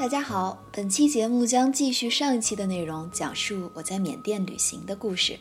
大家好，本期节目将继续上一期的内容，讲述我在缅甸旅行的故事。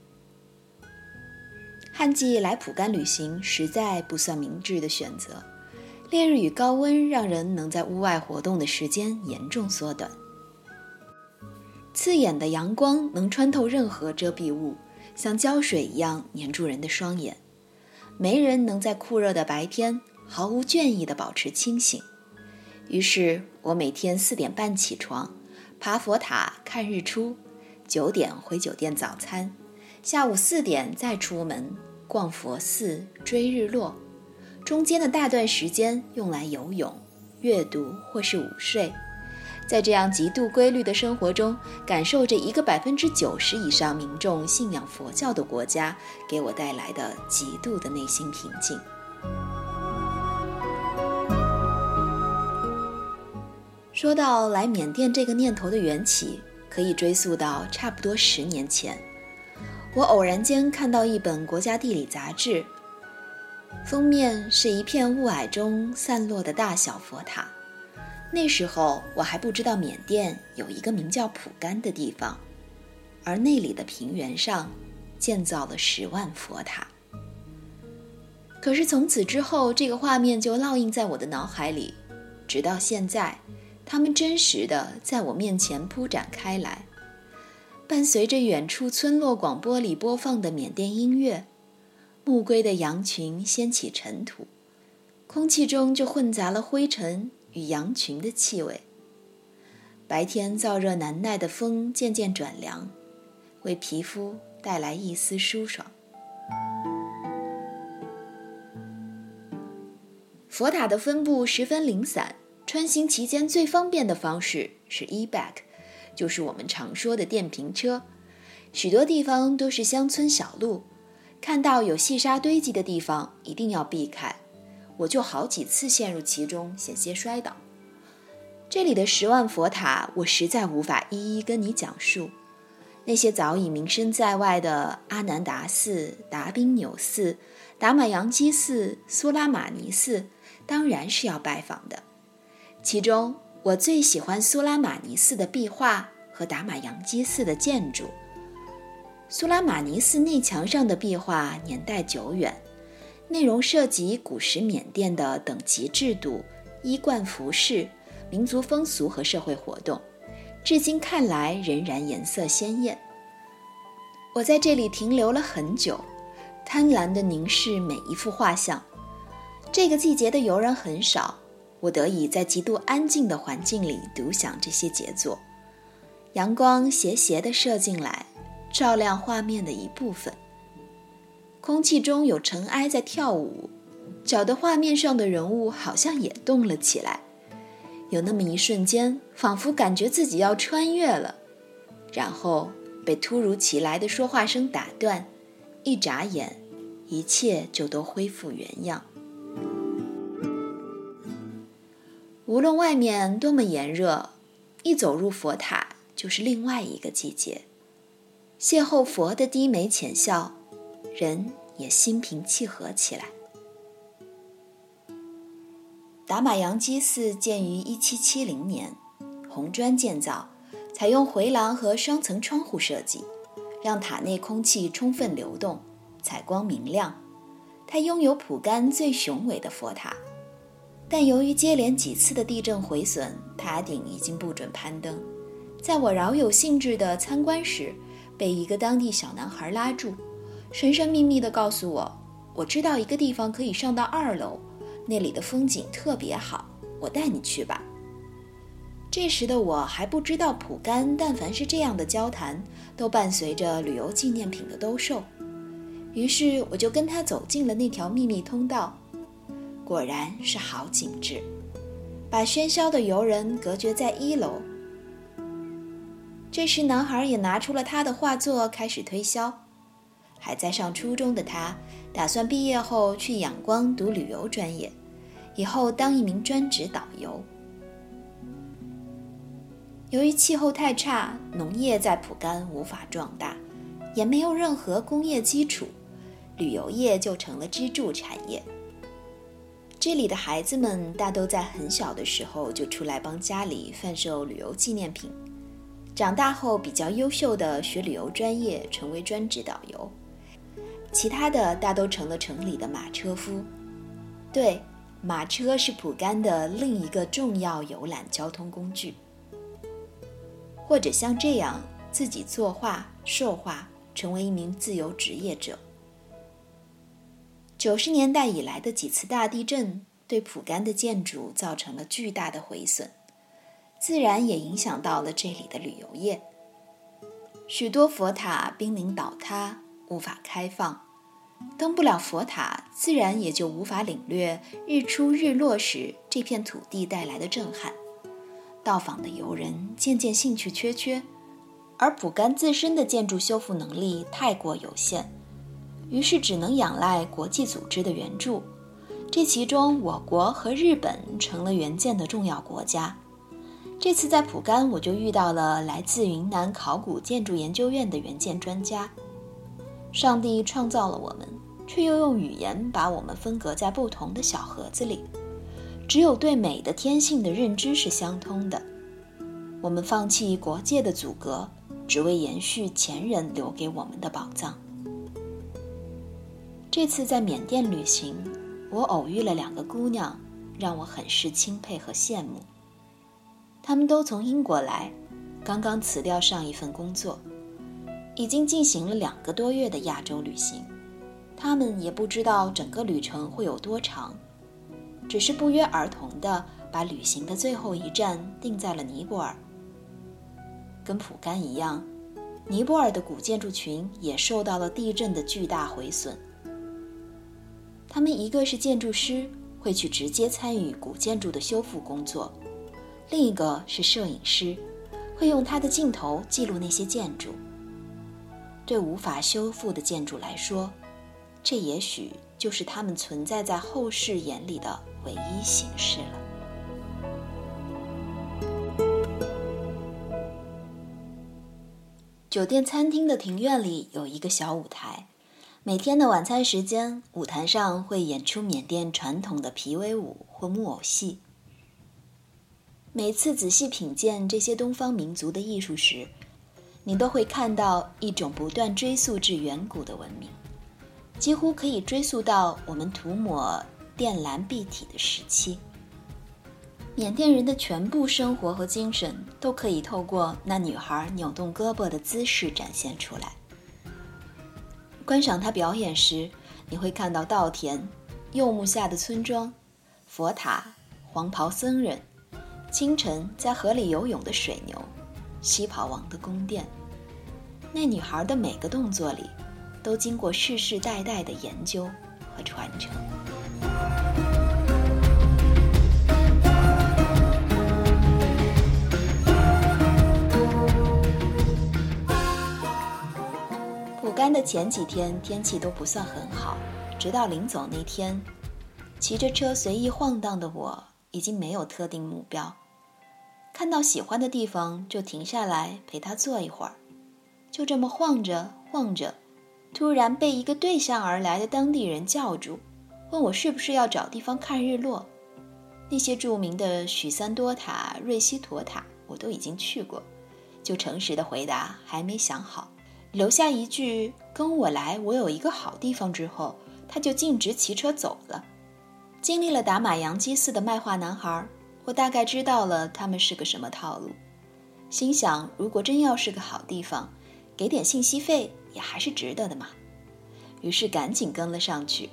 旱季来蒲甘旅行实在不算明智的选择，烈日与高温让人能在屋外活动的时间严重缩短。刺眼的阳光能穿透任何遮蔽物，像胶水一样粘住人的双眼。没人能在酷热的白天毫无倦意地保持清醒。于是我每天4点半起床，爬佛塔看日出，9点回酒店早餐，下午4点再出门逛佛寺追日落，中间的大段时间用来游泳、阅读或是午睡。在这样极度规律的生活中，感受着一个90%以上民众信仰佛教的国家给我带来的极度的内心平静。说到来缅甸这个念头的缘起，可以追溯到差不多10年前。我偶然间看到一本国家地理杂志，封面是一片雾霭中散落的大小佛塔。那时候我还不知道缅甸有一个名叫蒲甘的地方，而那里的平原上建造了10万佛塔。可是从此之后，这个画面就烙印在我的脑海里，直到现在，它们真实地在我面前铺展开来。伴随着远处村落广播里播放的缅甸音乐，暮归的羊群掀起尘土，空气中就混杂了灰尘与羊群的气味。白天燥热难耐的风渐渐转凉，为皮肤带来一丝舒爽。佛塔的分布十分零散，穿行期间最方便的方式是 e-bike， 就是我们常说的电瓶车。许多地方都是乡村小路，看到有细沙堆积的地方一定要避开，我就好几次陷入其中，险些摔倒。这里的10万佛塔我实在无法一一跟你讲述，那些早已名声在外的阿南达寺、达宾纽寺、达玛扬基寺、苏拉玛尼寺当然是要拜访的。其中我最喜欢苏拉玛尼寺的壁画和达玛扬基寺的建筑。苏拉玛尼寺内墙上的壁画年代久远，内容涉及古时缅甸的等级制度、衣冠服饰、民族风俗和社会活动，至今看来仍然颜色鲜艳。我在这里停留了很久，贪婪地凝视每一幅画像。这个季节的游人很少，我得以在极度安静的环境里独享这些杰作。阳光斜斜地射进来，照亮画面的一部分。空气中有尘埃在跳舞，搅得画面上的人物好像也动了起来。有那么一瞬间，仿佛感觉自己要穿越了，然后被突如其来的说话声打断，一眨眼，一切就都恢复原样。无论外面多么炎热，一走入佛塔就是另外一个季节。邂逅佛的低眉浅笑，人也心平气和起来。达玛扬基寺建于1770年，红砖建造，采用回廊和双层窗户设计，让塔内空气充分流动，采光明亮。它拥有蒲甘最雄伟的佛塔，但由于接连几次的地震毁损，塔顶已经不准攀登。在我饶有兴致的参观时，被一个当地小男孩拉住，神神秘秘地告诉我知道一个地方可以上到2楼，那里的风景特别好，我带你去吧。这时的我还不知道蒲甘但凡是这样的交谈，都伴随着旅游纪念品的兜售。于是我就跟他走进了那条秘密通道，果然是好景致，把喧嚣的游人隔绝在1楼。这时男孩也拿出了他的画作开始推销。还在上初中的他，打算毕业后去仰光读旅游专业，以后当一名专职导游。由于气候太差，农业在蒲甘无法壮大，也没有任何工业基础，旅游业就成了支柱产业。 这里的孩子们大都在很小的时候就出来帮家里贩售旅游纪念品，长大后比较优秀的学旅游专业，成为专职导游，其他的大都成了城里的马车夫。对，马车是蒲甘的另一个重要游览交通工具。或者像这样自己作画、授画，成为一名自由职业者。90年代以来的几次大地震对蒲甘的建筑造成了巨大的毁损，自然也影响到了这里的旅游业。许多佛塔濒临倒塌，无法开放，登不了佛塔，自然也就无法领略日出日落时这片土地带来的震撼。到访的游人渐渐兴趣缺缺，而蒲甘自身的建筑修复能力太过有限，于是只能仰赖国际组织的援助。这其中我国和日本成了援建的重要国家。这次在蒲甘，我就遇到了来自云南考古建筑研究院的援建专家。上帝创造了我们，却又用语言把我们分隔在不同的小盒子里，只有对美的天性的认知是相通的。我们放弃国界的阻隔，只为延续前人留给我们的宝藏。这次在缅甸旅行，我偶遇了2个姑娘，让我很是钦佩和羡慕。她们都从英国来，刚刚辞掉上一份工作，已经进行了2个多月的亚洲旅行。她们也不知道整个旅程会有多长，只是不约而同地把旅行的最后一站定在了尼泊尔。跟蒲甘一样，尼泊尔的古建筑群也受到了地震的巨大毁损。他们一个是建筑师，会去直接参与古建筑的修复工作；另一个是摄影师，会用他的镜头记录那些建筑。对无法修复的建筑来说，这也许就是他们存在在后世眼里的唯一形式了。酒店餐厅的庭院里有一个小舞台，每天的晚餐时间，舞台上会演出缅甸传统的皮围舞或木偶戏。每次仔细品鉴这些东方民族的艺术时，你都会看到一种不断追溯至远古的文明，几乎可以追溯到我们涂抹靛蓝碧体的时期。缅甸人的全部生活和精神都可以透过那女孩扭动胳膊的姿势展现出来。观赏她表演时，你会看到稻田、柚木下的村庄、佛塔、黄袍僧人、清晨在河里游泳的水牛、旗袍王的宫殿。那女孩的每个动作里，都经过世世代代的研究和传承。蒲甘的前几天天气都不算很好，直到临走那天，骑着车随意晃荡的我已经没有特定目标，看到喜欢的地方就停下来陪他坐一会儿，就这么晃着晃着，突然被一个对向而来的当地人叫住，问我是不是要找地方看日落。那些著名的许三多塔、瑞希陀塔我都已经去过，就诚实的回答还没想好，留下一句跟我来，我有一个好地方之后，他就径直骑车走了。经历了打马洋基似的卖画男孩，我大概知道了他们是个什么套路，心想如果真要是个好地方，给点信息费也还是值得的嘛，于是赶紧跟了上去。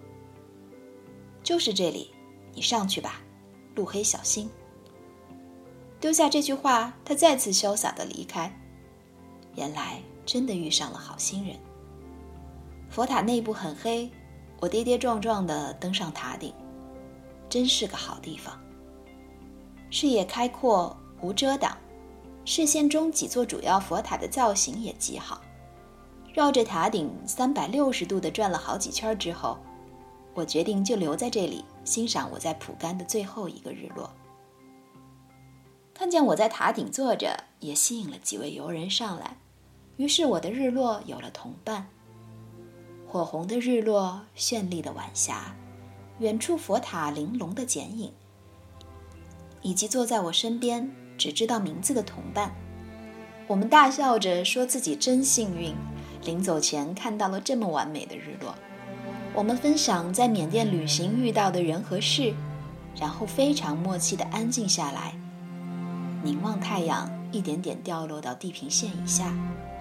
就是这里，你上去吧，路黑小心。丢下这句话，他再次潇洒地离开。原来真的遇上了好心人。佛塔内部很黑，我跌跌撞撞地登上塔顶，真是个好地方。视野开阔，无遮挡，视线中几座主要佛塔的造型也极好。绕着塔顶360度地转了好几圈之后，我决定就留在这里欣赏我在蒲甘的最后一个日落。看见我在塔顶坐着，也吸引了几位游人上来，于是我的日落有了同伴。火红的日落，绚丽的晚霞， 远处佛塔玲珑的剪影，以及坐在我身边只知道名字的同伴。我们大笑着说自己真幸运，临走前看到了这么完美的日落。我们分享在缅甸旅行遇到的人和事，然后非常默契地安静下来，凝望太阳一点点掉落到地平线以下。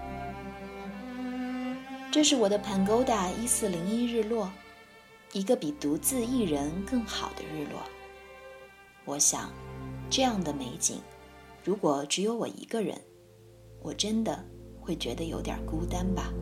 这是我的 Pagoda 1401日落，一个比独自一人更好的日落。我想，这样的美景，如果只有我一个人，我真的会觉得有点孤单吧。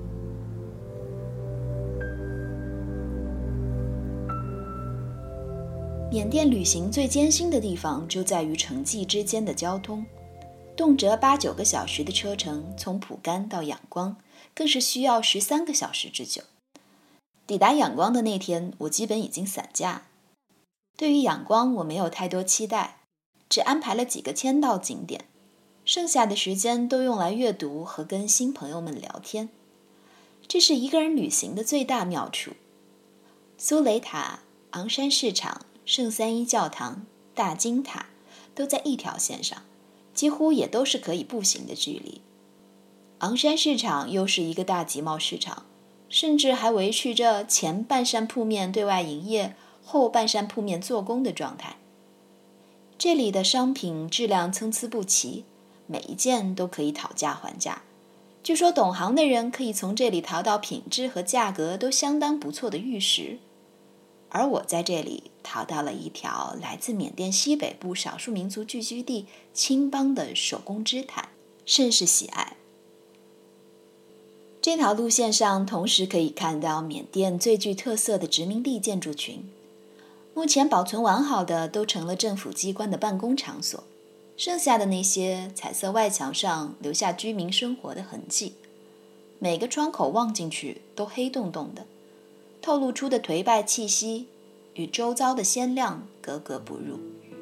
缅甸旅行最艰辛的地方就在于城际之间的交通，动辄8-9个小时的车程，从蒲甘到仰光更是需要13个小时之久。抵达仰光的那天，我基本已经散架。对于仰光我没有太多期待，只安排了几个签到景点，剩下的时间都用来阅读和跟新朋友们聊天。这是一个人旅行的最大妙处。苏雷塔、昂山市场、圣三一教堂、大金塔都在一条线上，几乎也都是可以步行的距离。昂山市场又是一个大集贸市场，甚至还维持着前半扇铺面对外营业，后半扇铺面做工的状态。这里的商品质量参差不齐，每一件都可以讨价还价。据说懂行的人可以从这里淘到品质和价格都相当不错的玉石。而我在这里淘到了一条来自缅甸西北部少数民族聚居地青邦的手工织毯，甚是喜爱。这条路线上同时可以看到缅甸最具特色的殖民地建筑群，目前保存完好的都成了政府机关的办公场所，剩下的那些彩色外墙上留下居民生活的痕迹，每个窗口望进去都黑洞洞的，透露出的颓败气息与周遭的鲜亮格格不入。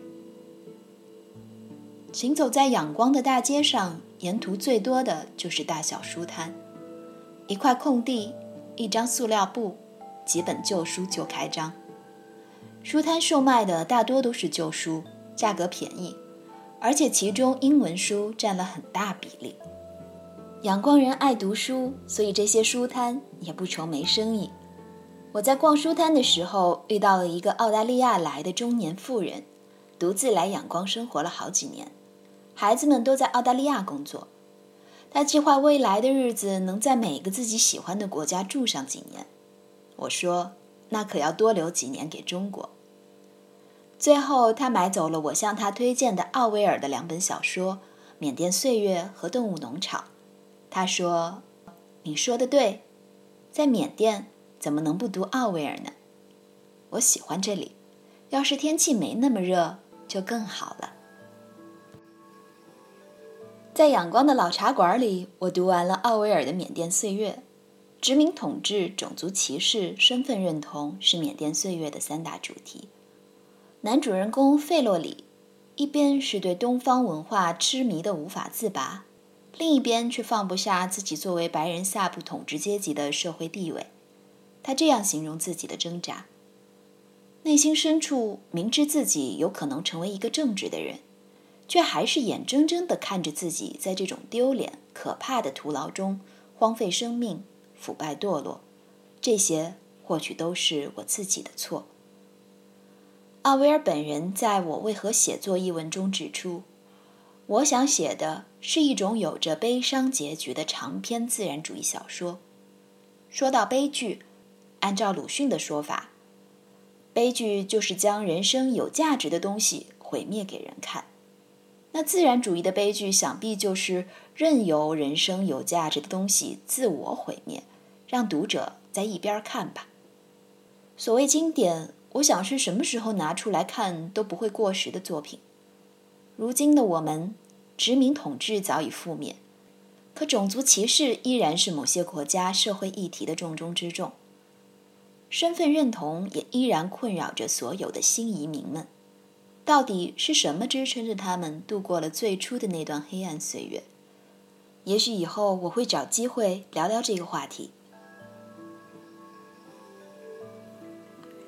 行走在仰光的大街上，沿途最多的就是大小书摊，一块空地，一张塑料布，几本旧书就开张。书摊售卖的大多都是旧书，价格便宜，而且其中英文书占了很大比例。仰光人爱读书，所以这些书摊也不愁没生意。我在逛书摊的时候遇到了一个澳大利亚来的中年妇人，独自来仰光生活了好几年，孩子们都在澳大利亚工作。她计划未来的日子能在每个自己喜欢的国家住上几年。我说，那可要多留几年给中国。最后她买走了我向她推荐的奥威尔的2本小说《缅甸岁月》和《动物农场》。她说，你说的对，在缅甸怎么能不读奥威尔呢？我喜欢这里，要是天气没那么热就更好了。在仰光的老茶馆里，我读完了奥威尔的《缅甸岁月》。殖民统治、种族歧视、身份认同是缅甸岁月的3大主题。男主人公费洛里，一边是对东方文化痴迷的无法自拔，另一边却放不下自己作为白人萨布统治阶级的社会地位。他这样形容自己的挣扎：内心深处明知自己有可能成为一个正直的人，却还是眼睁睁地看着自己在这种丢脸可怕的徒劳中荒废生命、腐败堕落，这些或许都是我自己的错。奥威尔本人在我为何写作一文中指出，我想写的是一种有着悲伤结局的长篇自然主义小说。说到悲剧，按照鲁迅的说法，悲剧就是将人生有价值的东西毁灭给人看。那自然主义的悲剧想必就是任由人生有价值的东西自我毁灭，让读者在一边看吧。所谓经典，我想是什么时候拿出来看都不会过时的作品。如今的我们，殖民统治早已覆灭，可种族歧视依然是某些国家社会议题的重中之重，身份认同也依然困扰着所有的新移民们。到底是什么支撑着他们度过了最初的那段黑暗岁月？也许以后我会找机会聊聊这个话题。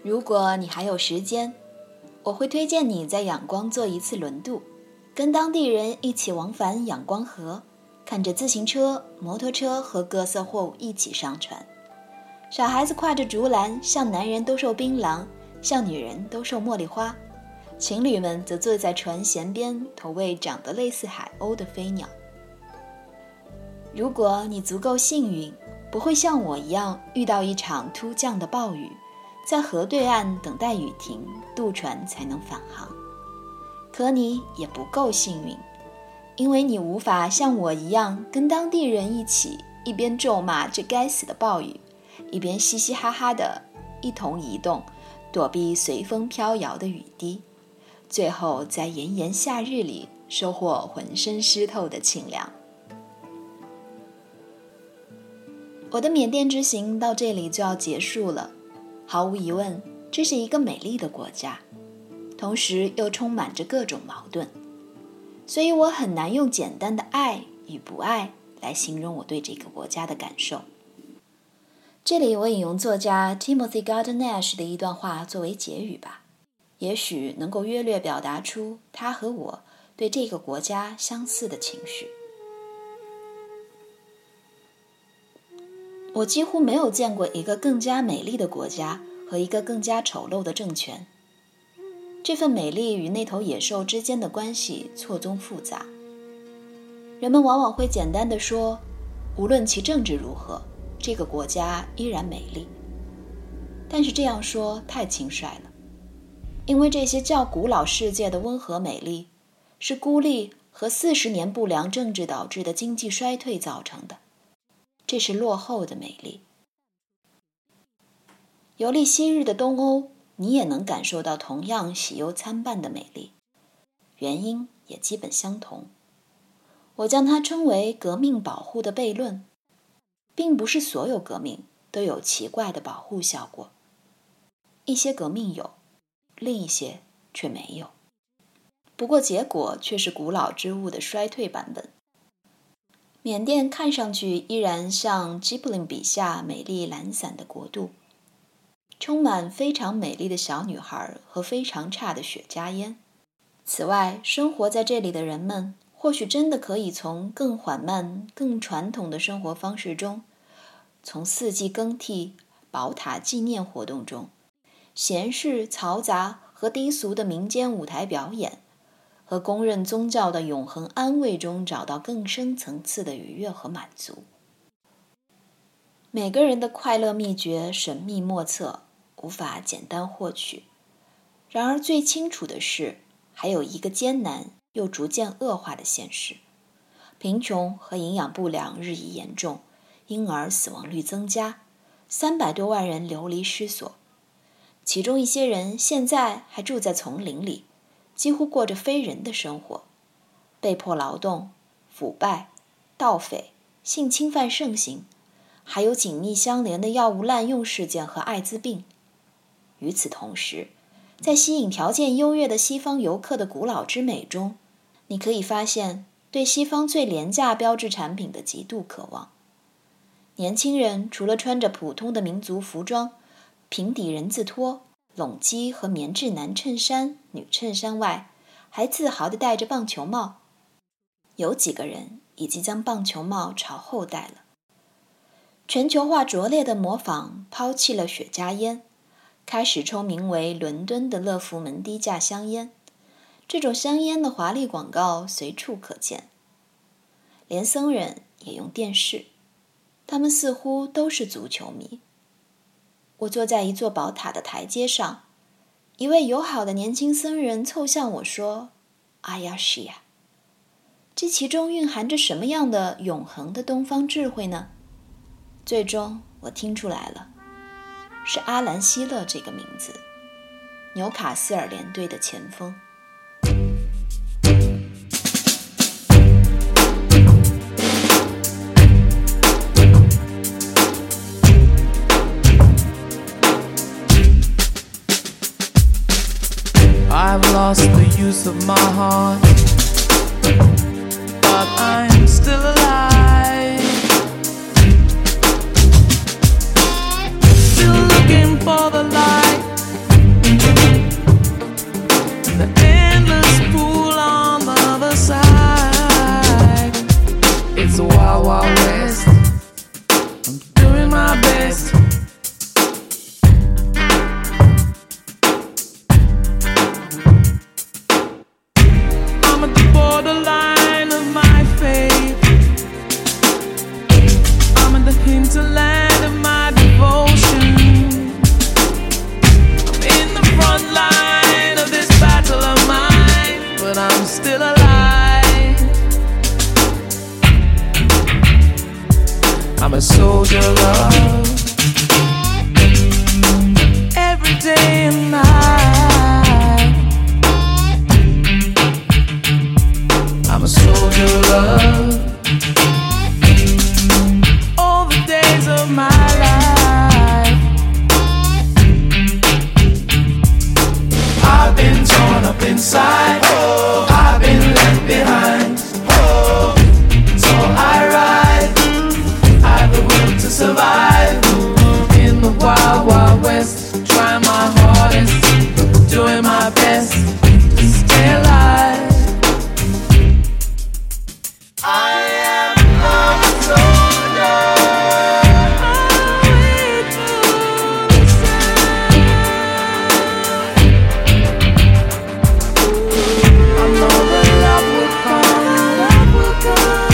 如果你还有时间，我会推荐你在仰光做一次轮渡，跟当地人一起往返仰光河，看着自行车、摩托车和各色货物一起上船。小孩子挎着竹篮，像男人兜售槟榔，像女人兜售茉莉花。情侣们则坐在船舷边，投喂长得类似海鸥的飞鸟。如果你足够幸运，不会像我一样遇到一场突降的暴雨，在河对岸等待雨停，渡船才能返航。可你也不够幸运，因为你无法像我一样跟当地人一起，一边咒骂这该死的暴雨，一边嘻嘻哈哈的一同移动，躲避随风飘摇的雨滴，最后在炎炎夏日里收获浑身湿透的清凉。我的缅甸之行到这里就要结束了。毫无疑问，这是一个美丽的国家，同时又充满着各种矛盾，所以我很难用简单的爱与不爱来形容我对这个国家的感受。这里我引用作家 Timothy Garton Nash 的一段话作为结语吧，也许能够约略表达出他和我对这个国家相似的情绪。我几乎没有见过一个更加美丽的国家和一个更加丑陋的政权。这份美丽与那头野兽之间的关系错综复杂。人们往往会简单地说，无论其政治如何，这个国家依然美丽。但是这样说太轻率了，因为这些较古老世界的温和美丽，是孤立和40年不良政治导致的经济衰退造成的。这是落后的美丽。游历昔日的东欧，你也能感受到同样喜忧参半的美丽，原因也基本相同。我将它称为革命保护的悖论，并不是所有革命都有奇怪的保护效果，一些革命有，另一些却没有。不过结果却是古老之物的衰退版本。缅甸看上去依然像吉卜林笔下美丽懒散的国度，充满非常美丽的小女孩和非常差的雪茄烟。此外，生活在这里的人们或许真的可以从更缓慢、更传统的生活方式中，从四季更替、宝塔纪念活动中，闲适、嘈杂和低俗的民间舞台表演，和公认宗教的永恒安慰中找到更深层次的愉悦和满足。每个人的快乐秘诀神秘莫测，无法简单获取。然而最清楚的是，还有一个艰难又逐渐恶化的现实：贫穷和营养不良日益严重，婴儿死亡率增加，300多万人流离失所，其中一些人现在还住在丛林里，几乎过着非人的生活，被迫劳动、腐败、盗匪、性侵犯盛行，还有紧密相连的药物滥用事件和艾滋病。与此同时，在吸引条件优越的西方游客的古老之美中，你可以发现对西方最廉价标志产品的极度渴望。年轻人除了穿着普通的民族服装、平底人字拖、拢基和棉质男衬衫、女衬衫外，还自豪地戴着棒球帽。有几个人已经将棒球帽朝后戴了。全球化拙劣的模仿抛弃了雪茄烟，开始抽名为伦敦的乐福门低价香烟。这种香烟的华丽广告随处可见，连僧人也用电视，他们似乎都是足球迷。我坐在一座宝塔的台阶上，一位友好的年轻僧人凑向我说：“阿亚西亚。”这其中蕴含着什么样的永恒的东方智慧呢？最终我听出来了，是阿兰·希勒这个名字，纽卡斯尔联队的前锋。 I've lost the use of my heart, but I'm still alive. Still looking for the light a soldier of love. Every day and night, I'm a soldier of love. All the days of my life, I've been torn up inside, I've been left behind. So I ride, I've the will to survive in the wild, wild west. Trying my hardest, doing my best to stay alive. I am a soldier. I know that love will come, love will come.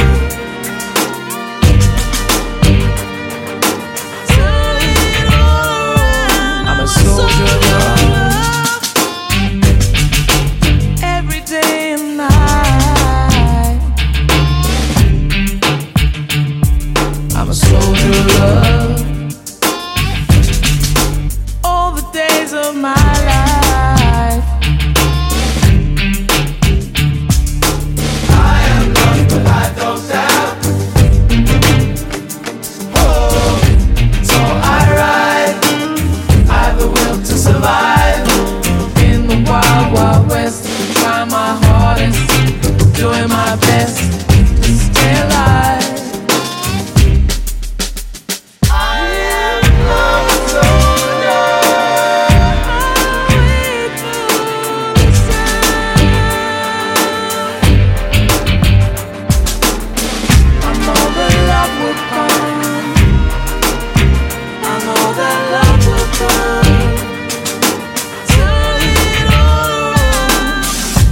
Turn it all around. I'm a soldier of love. Every day and night, I'm a soldier of love. All the days of my life, I am loved but I don't doubt. Oh, so I ride, I've the will to survive in the wild, wild west. Trying my hardest, doing my best to stay alive. I am a soldier. I know that love will come. I know that love will come. Turn it all around.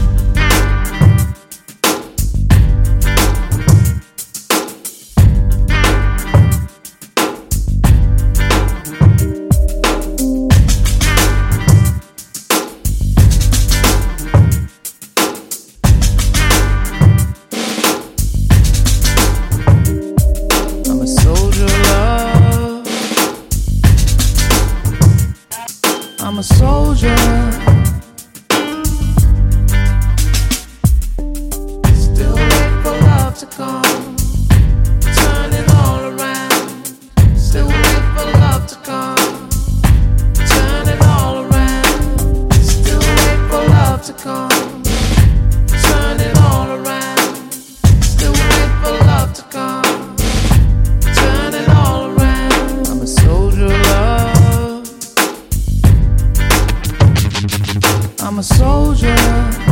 I'm a soldier of love. I'm a soldier. Still wait for love to come. Turn it all around. Still wait for love to come. Turn it all around. Still wait for love to come. Turn it all around. Still wait for love to come. Turn it all around. I'm a soldier of love. I'm a soldier.